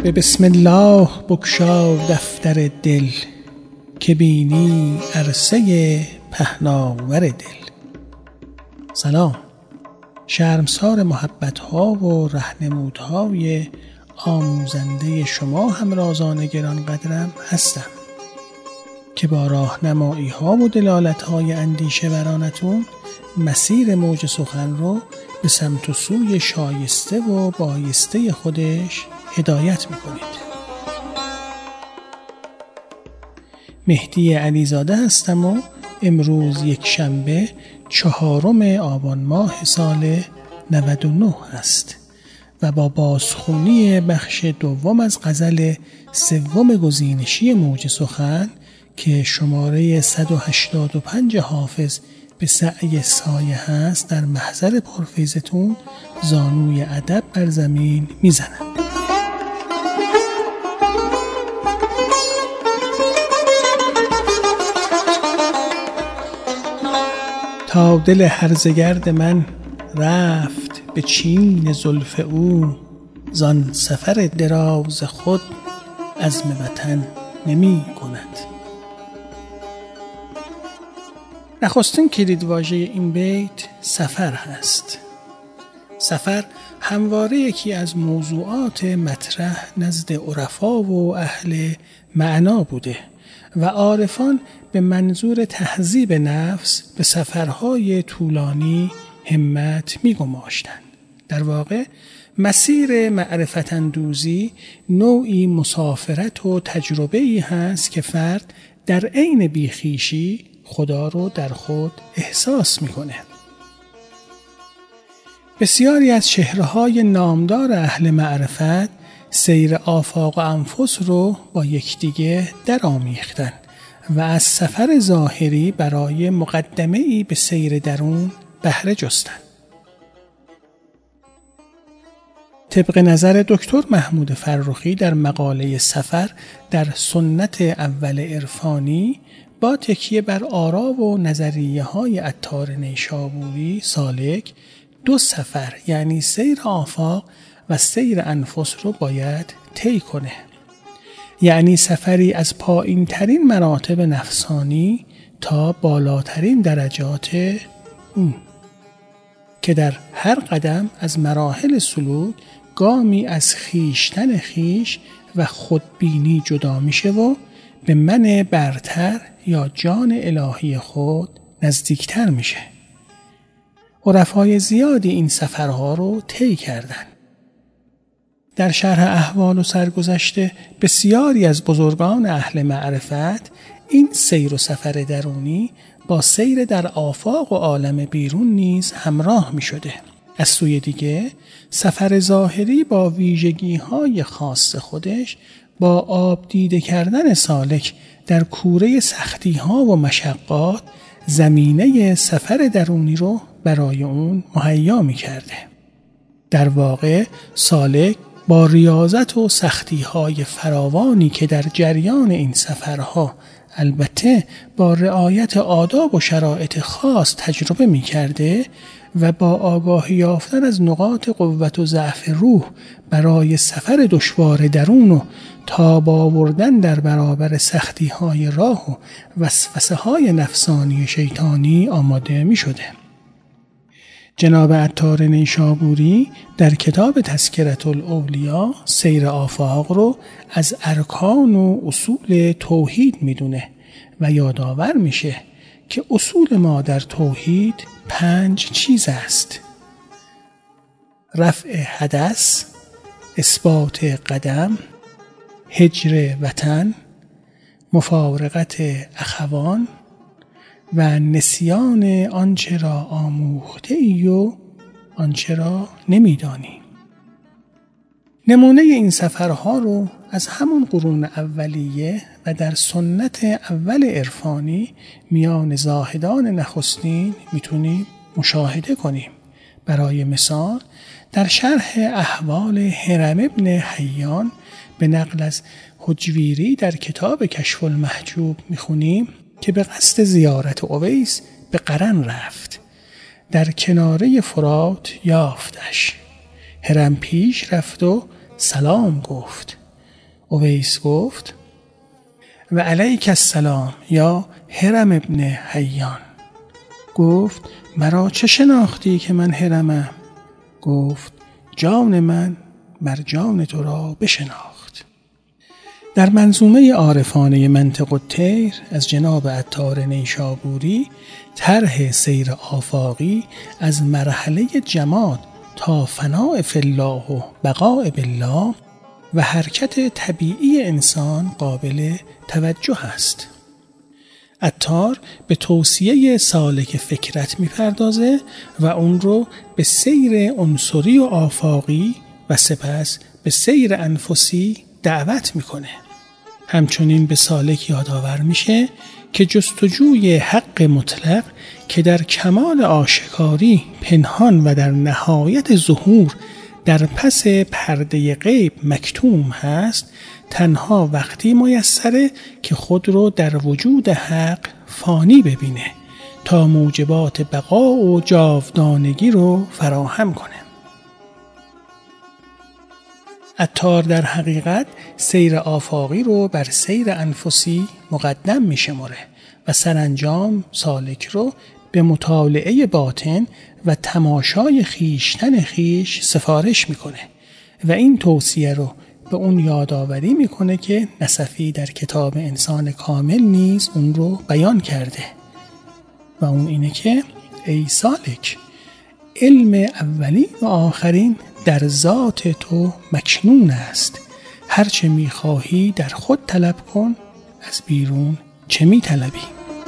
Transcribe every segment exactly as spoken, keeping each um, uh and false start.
به بسم الله بگشا دفتر دل، که بینی عرصه پهناور دل. سلام، شرمسار محبت‌ها و رهنمودهای آموزنده شما همرازان گرانقدرم هستم که با راهنمایی‌ها و دلالت‌های اندیشه ورانتون مسیر موج سخن رو به سمت و سوی شایسته و بایسته خودش هدایت میکنید. مهدی علیزاده هستم و امروز یک شنبه چهارم آبان ماه سال نود و نه است و با بازخوانی بخش دوم از غزل سوم گزینشی موج سخن که شماره صد و هشتاد و پنج حافظ به سعی سایه هست در محضر پرفیضتون زانوی ادب بر زمین میزنم. تا دل هرزگرد من رفت به چین زلف او، زان سفر دراز خود عزم وطن نمی کند. نخستین کلیدواژه این بیت سفر هست. سفر همواره یکی از موضوعات مطرح نزد عرفا و اهل معنا بوده و عارفان به منظور تهذیب نفس به سفرهای طولانی همت می‌گماشتند. در واقع مسیر معرفت اندوزی نوعی مسافرت و تجربه‌ای هست که فرد در عین بیخیشی خدا رو در خود احساس میکنه. بسیاری از چهره‌های نامدار اهل معرفت سیر آفاق و انفس رو با یکدیگه درآمیختن و از سفر ظاهری برای مقدمه‌ای به سیر درون بهره جستند. طبق نظر دکتر محمود فرخی در مقاله سفر در سنت اول عرفانی با تکیه بر آرا و نظریه های عطار نیشابوری سالک دو سفر یعنی سیر آفاق و سیر انفس رو باید طی کنه، یعنی سفری از پایین ترین مراتب نفسانی تا بالاترین درجات اون که در هر قدم از مراحل سلوک گامی از خیشتن خیش و خودبینی جدا میشه و به من برتر یا جان الهی خود نزدیکتر میشه. عرفای زیادی این سفرها رو طی کردند. در شرح احوال و سرگذشت بسیاری از بزرگان اهل معرفت این سیر و سفر درونی با سیر در آفاق و عالم بیرون نیز همراه می شده. از سوی دیگه سفر ظاهری با ویژگی‌های خاص خودش با آب دیده کردن سالک در کوره سختی‌ها و مشقات زمینه سفر درونی رو برای اون مهیا می‌کرده. در واقع سالک با ریاضت و سختی‌های فراوانی که در جریان این سفرها البته با رعایت آداب و شرایط خاص تجربه می‌کرده و با آگاهی یافتن از نقاط قوت و ضعف روح برای سفر دشوار درون و تاب آوردن در برابر سختی‌های راه و وسوسه‌های نفسانی شیطانی آماده می‌شده. جناب عطار نیشابوری در کتاب تذکرة الاولیا سیر آفاق رو از ارکان و اصول توحید میدونه و یادآور میشه که اصول ما در توحید پنج چیز است: رفع حدث، اثبات قدم، هجر وطن، مفارقت اخوان و نسیان آنچه را آموخته ای و آنچه را نمیدانی. نمونه این سفرها رو از همون قرون اولیه و در سنت اول عرفانی میان زاهدان نخستین میتونیم مشاهده کنیم. برای مثال در شرح احوال هرم ابن حیان به نقل از حجویری در کتاب کشف المحجوب میخونیم که به قصد زیارت اویس به قرن رفت. در کناره فرات یافتش. هرم پیش رفت و سلام گفت. اویس گفت و علیک السلام یا هرم ابن حیان. گفت مرا چه شناختی که من هرمم؟ گفت جان من بر جان تو را بشناخت. در منظومه عارفانه منطق الطیر از جناب عطار نیشابوری طرح سیر آفاقی از مرحله جماد تا فناء فی الله و بقاء بالله و حرکت طبیعی انسان قابل توجه است. عطار به توصیه سالک فکرت میپردازه و اون رو به سیر عنصری و آفاقی و سپس به سیر انفسی دعوت میکنه. همچنین به سالک یادآور میشه که جستجوی حق مطلق که در کمال آشکاری پنهان و در نهایت ظهور در پس پرده غیب مکتوم هست، تنها وقتی میسره که خود رو در وجود حق فانی ببینه تا موجبات بقا و جاودانگی رو فراهم کنه. عطار در حقیقت سیر آفاقی رو بر سیر انفسی مقدم می شماره و سرانجام سالک رو به مطالعه باطن و تماشای خیشتن خیش سفارش میکنه و این توصیه رو به اون یادآوری میکنه که نصفی در کتاب انسان کامل نیز اون رو بیان کرده و اون اینه که ای سالک، علم اولی و آخرین در ذات تو مکنون است. هرچه میخواهی در خود طلب کن، از بیرون چه میطلبی؟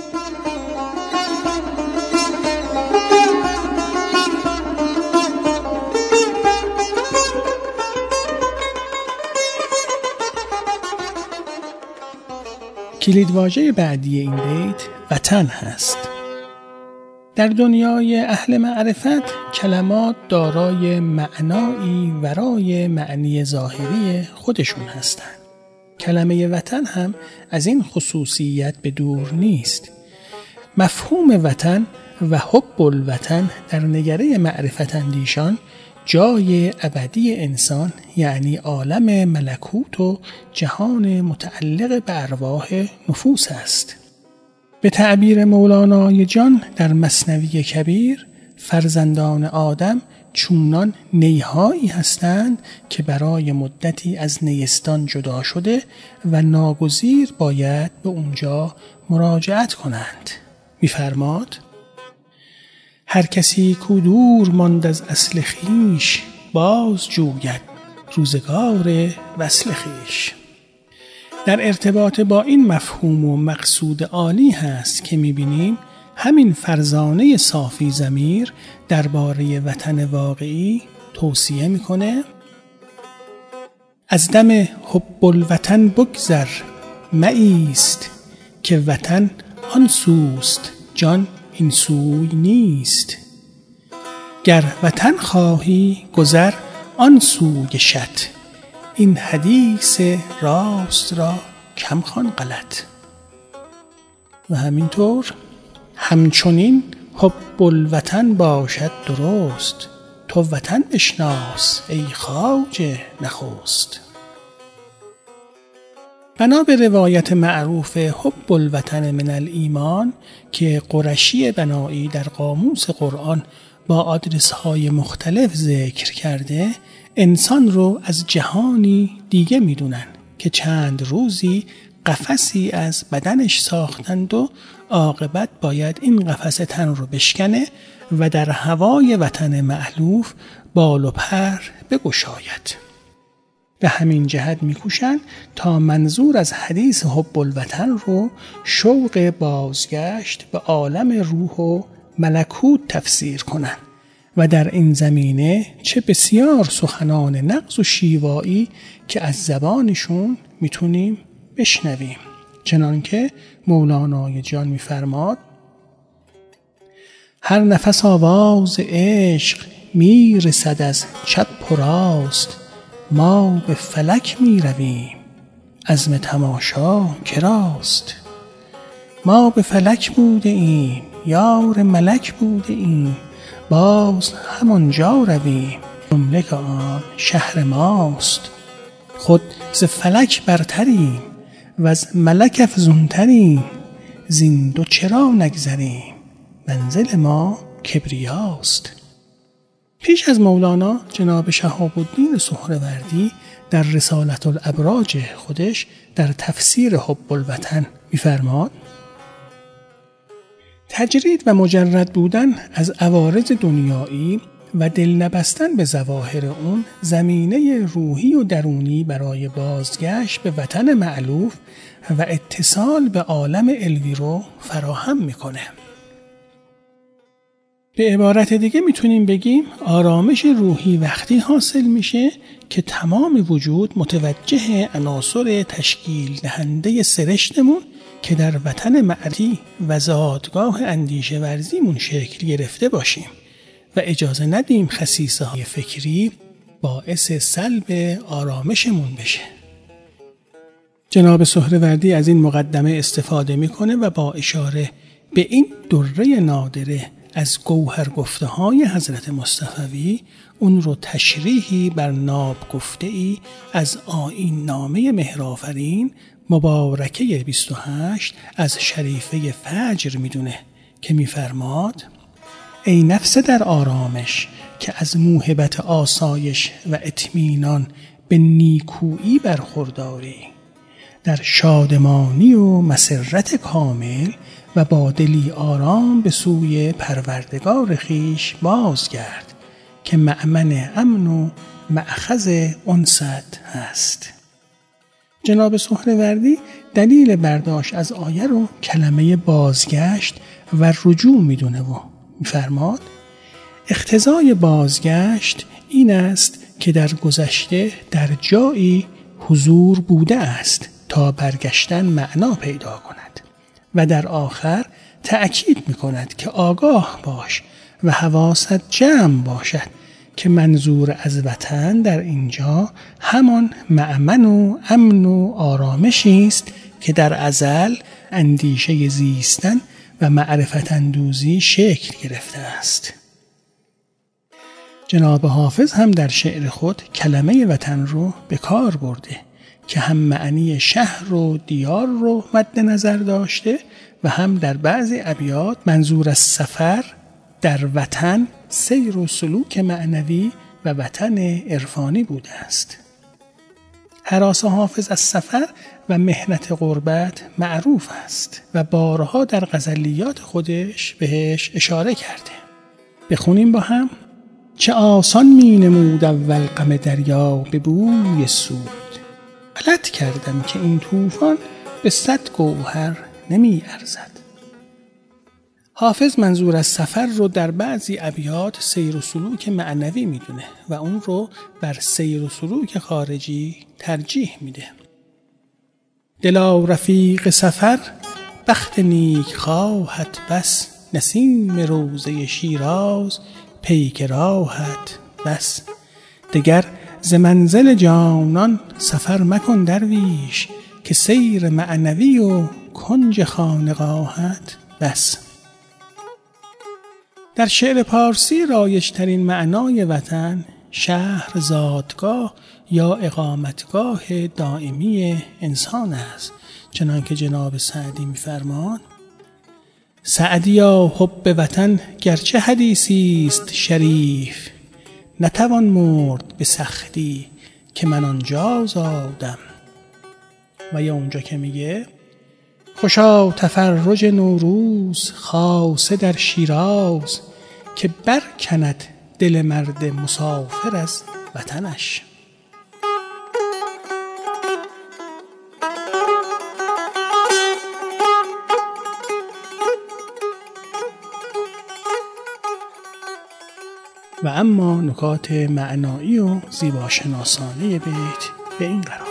کلیدواژه بعدی این بیت وطن هست. در دنیای اهل معرفت کلمات دارای معنایی ورای معنی ظاهری خودشون هستند. کلمه وطن هم از این خصوصیت به دور نیست. مفهوم وطن و حب الوطن در نگره معرفت اندیشان جای ابدی انسان یعنی عالم ملکوت و جهان متعلق به ارواح نفوس است. به تعبیر مولانای جان در مثنوی کبیر، فرزندان آدم چونان نیهایی هستند که برای مدتی از نیستان جدا شده و ناگزیر باید به اونجا مراجعت کنند. می‌فرماد هر کسی کو دور ماند از اصل خویش، باز جوید روزگار وصل خویش. در ارتباط با این مفهوم و مقصود عالی هست که می‌بینیم همین فرزانه صافی ضمیر درباره وطن واقعی توصیه میکنه از دم حب الوطن بگذر مایست، که وطن آن سوست جان این سوی نیست. گر وطن خواهی گذر آن سوی شط، این حدیث راست را کم خوان غلط. و همینطور همچنین حب الوطن باشد درست، تو وطن بشناس ای خواجه نخست. بنا به روایت معروف حب الوطن من الایمان که قرشی بنایی در قاموس قرآن با آدرس‌های مختلف ذکر کرده، انسان رو از جهانی دیگه میدونن که چند روزی قفسی از بدنش ساختند و عاقبت باید این قفس تن رو بشکنه و در هوای وطن مألوف بال و پر بگشاید. به همین جهت میکوشند تا منظور از حدیث حب الوطن رو شوق بازگشت به عالم روح و ملکوت تفسیر کنند و در این زمینه چه بسیار سخنان نغز و شیوایی که از زبانشون میتونیم بشنویم. چنانکه مولانای جان میفرماد هر نفس آواز عشق میرسد از چپ و راست، ما به فلک میرویم عزم تماشا کراست. ما به فلک بوده ایم یار ملک بوده ایم، باز همانجا رویم جمله که آن شهر ماست. خود ز فلک برتریم و از ملک افزونتریم، زین دو چرا نگذریم منزل ما کبریاست. پیش از مولانا جناب شهاب الدین سهروردی در رسالة الابراج خودش در تفسیر حب الوطن می‌فرماد: تجرید و مجرد بودن از عوارض دنیایی و دل نبستن به ظواهر اون زمینه روحی و درونی برای بازگشت به وطن مألوف و اتصال به عالم علوی رو فراهم میکنه. به عبارت دیگه میتونیم بگیم آرامش روحی وقتی حاصل میشه که تمام وجود متوجه عناصر تشکیل دهنده سرشتمون که در وطن معرفی و زادگاه اندیشه ورزیمون شکل گرفته باشیم و اجازه ندیم خصیصه های فکری باعث سلب آرامشمون بشه. جناب سهروردی از این مقدمه استفاده میکنه و با اشاره به این دره نادره از گوهر گفته های حضرت مصطفوی اون رو تشریحی بر ناب گفته ای از آیین نامه مهرآفرین مبارکه بیست و هشت از شریفه فجر میدونه که میفرماد: ای نفس در آرامش که از موهبت آسایش و اطمینان به نیکویی برخورداری، در شادمانی و مسرت کامل و با دلی آرام به سوی پروردگار خیش بازگرد که مأمن امن و مأخذ انست هست. جناب سهروردی دلیل برداشت از آیه رو کلمه بازگشت و رجوع میدونه و میفرماد: اقتضای بازگشت این است که در گذشته در جایی حضور بوده است تا برگشتن معنا پیدا کند و در آخر تأکید میکند که آگاه باش و حواست جمع باشد که منظور از وطن در اینجا همان مأمن و امن و آرامشی است که در ازل اندیشه زیستن و معرفت اندوزی شکل گرفته است. جناب حافظ هم در شعر خود کلمه وطن رو به کار برده که هم معنی شهر و دیار رو مد نظر داشته و هم در بعضی ابیات منظور از سفر در وطن سیر و سلوک معنوی و وطن عرفانی بوده است. هراس حافظ از سفر و محنت غربت معروف است و بارها در غزلیات خودش بهش اشاره کرده. بخونیم با هم: چه آسان می نمود اول غم دریا به بوی سود، غلط کردم که این طوفان به صد گوهر نمی ارزد. حافظ منظور از سفر رو در بعضی ابیات سیر و سلوک معنوی میدونه و اون رو بر سیر و سلوک خارجی ترجیح میده. دلا رفیق سفر بخت نیک خواهت بس، نسیم روضه شیراز پیک راهت بس. دگر ز منزل جانان سفر مکن درویش، که سیر معنوی و کنج خانقاهت بس. در شعر پارسی رایج‌ترین معنای وطن شهر، زادگاه یا اقامتگاه دائمی انسان است، چنانکه جناب سعدی می‌فرماد: سعدیا حب وطن گرچه حدیثی است شریف، نتوان مرد به سختی که من آنجا زادم. و یا اونجا که میگه: خوشا تفرج نوروز خاصه در شیراز، که برکند دل مرد مسافر از وطنش. و اما نکات معنایی و زیباشناسانه بیت به این قرار: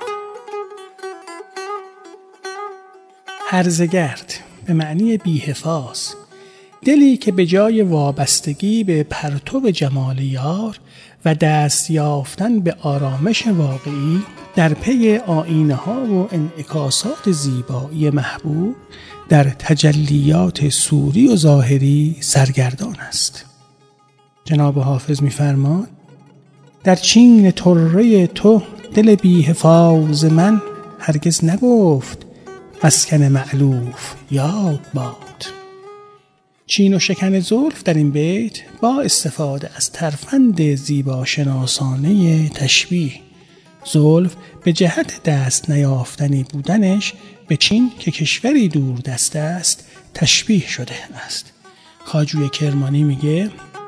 هرزگرد به معنی بی‌حفاظ، دلی که به جای وابستگی به پرتو جمال یار و دست یافتن به آرامش واقعی در پی آیینه ها و انعکاسات زیبایی محبوب در تجلیات صوری و ظاهری سرگردان است. جناب حافظ می‌فرماد: در چین طره تو دل بی حفاظ من هرگز نگفت مسکن مألوف یاد باد. چین و شکن زلف در این بیت با استفاده از ترفند زیباشناسانه تشبیه زلف به جهت دست نیافتنی بودنش به چین که کشوری دور دست است تشبیه شده است. خواجوی کرمانی میگه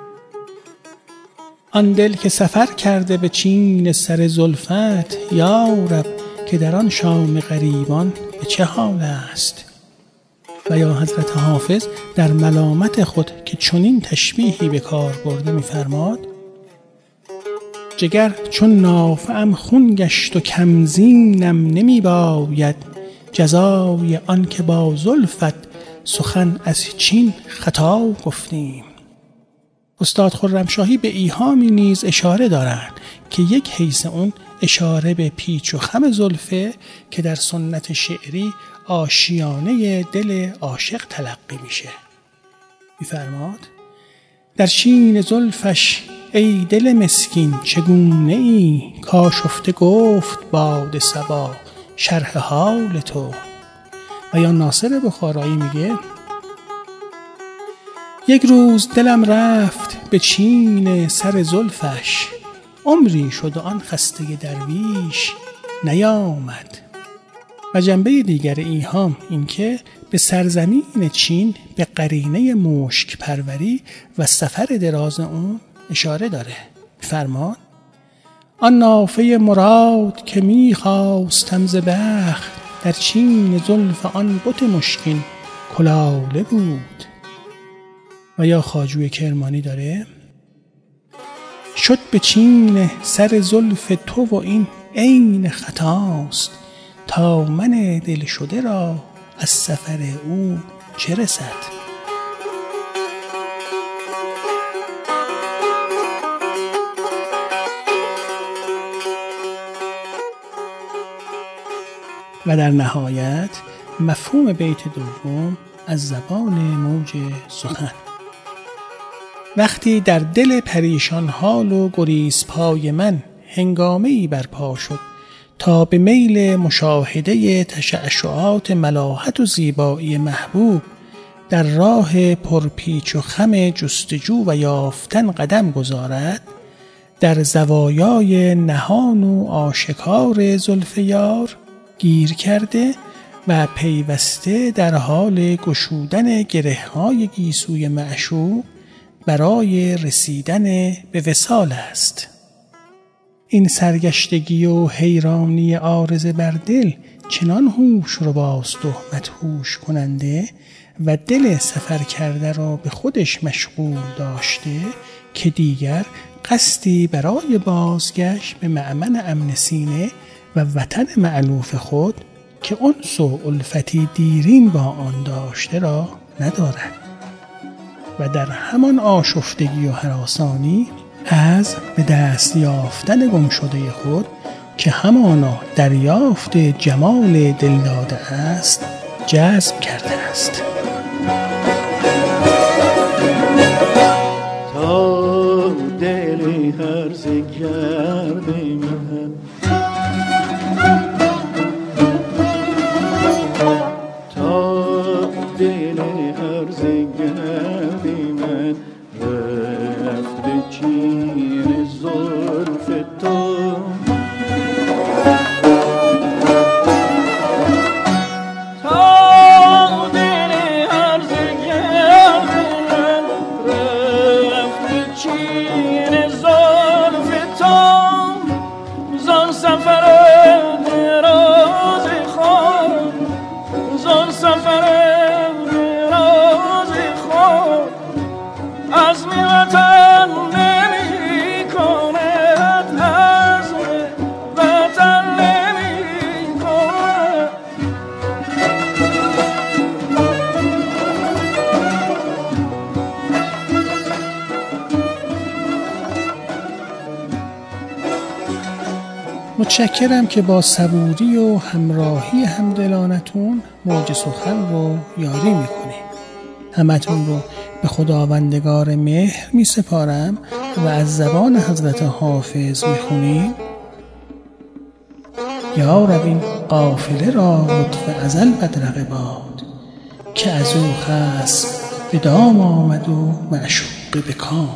آن دل که سفر کرده به چین سر زلفت یا رب که در آن شام غریبان به چه حال است. و یا حضرت حافظ در ملامت خود که چنین تشبیهی به کار برده می‌فرماد جگر چون نافه‌ام خون گشت و کمزینم نمی باید جزای آن که با زلفت سخن از چین خطا گفتیم. استاد خرمشاهی به ایهامی نیز اشاره دارند که یک حیث اون اشاره به پیچ و خم زلفه که در سنت شعری آشیانه دل عاشق تلقی میشه. میفرماد در چین زلفش ای دل مسکین چگونه ای کاشفته گفت باد صبا شرح حال تو. و یا ناصر بخارایی میگه یک روز دلم رفت به چین سر زلفش عمری شد و آن خسته درویش نیامد. و جنبه دیگر ایهام این که به سرزمین چین به قرینه مشک پروری و سفر دراز اون اشاره داره. فرمان آن نافه مراد که میخواستم ز بخت در چین زلف آن بت مشکین کلاله بود. و یا خواجوی کرمانی داره شد به چین سر زلف تو و این عین خطاست تا من دل شده را از سفر او چه رسد. و در نهایت مفهوم بیت دوم از زبان موج سخن وقتی در دل پریشان حال و گریزپای من هنگامه‌ای برپا شد تا به میل مشاهده تشعشعات ملاحت و زیبایی محبوب در راه پرپیچ و خم جستجو و یافتن قدم گذارد در زوایای نهان و آشکار زلف یار گیر کرده و پیوسته در حال گشودن گره‌های گیسوی معشوق برای رسیدن به وصال است. این سرگشتگی و حیرانی عارضه بر دل چنان هوش رباست و مدهوش کننده و دل سفر کرده را به خودش مشغول داشته که دیگر قصدی برای بازگشت به مأمن امن سینه و وطن مألوف خود که انس و الفتی دیرین با آن داشته را ندارد و در همان آشفتگی و هراسانی از به دست یافتن گم شده خود که همانا دریافت جمال دل داده است جذب کرده است. تا دل هرزه کرده من تا دل هرزه کرده من رفت به چین زلف تو تا دل هرزه کرده من رفت به چین زلف تو زان سفر دراز خود زان سفر دراز خود از وطن نمی کند از وطن نمی کند متشکرم که با صبوری و همراهی همدلانتون موج سخن رو یاری میکنیم. همتون رو به خداوندگار مهر می سپارم و از زبان حضرت حافظ می خونیم یا رب این قافله را لطف ازل بدرقه باد، که از او خصم به دام آمد و معشوقه به کام.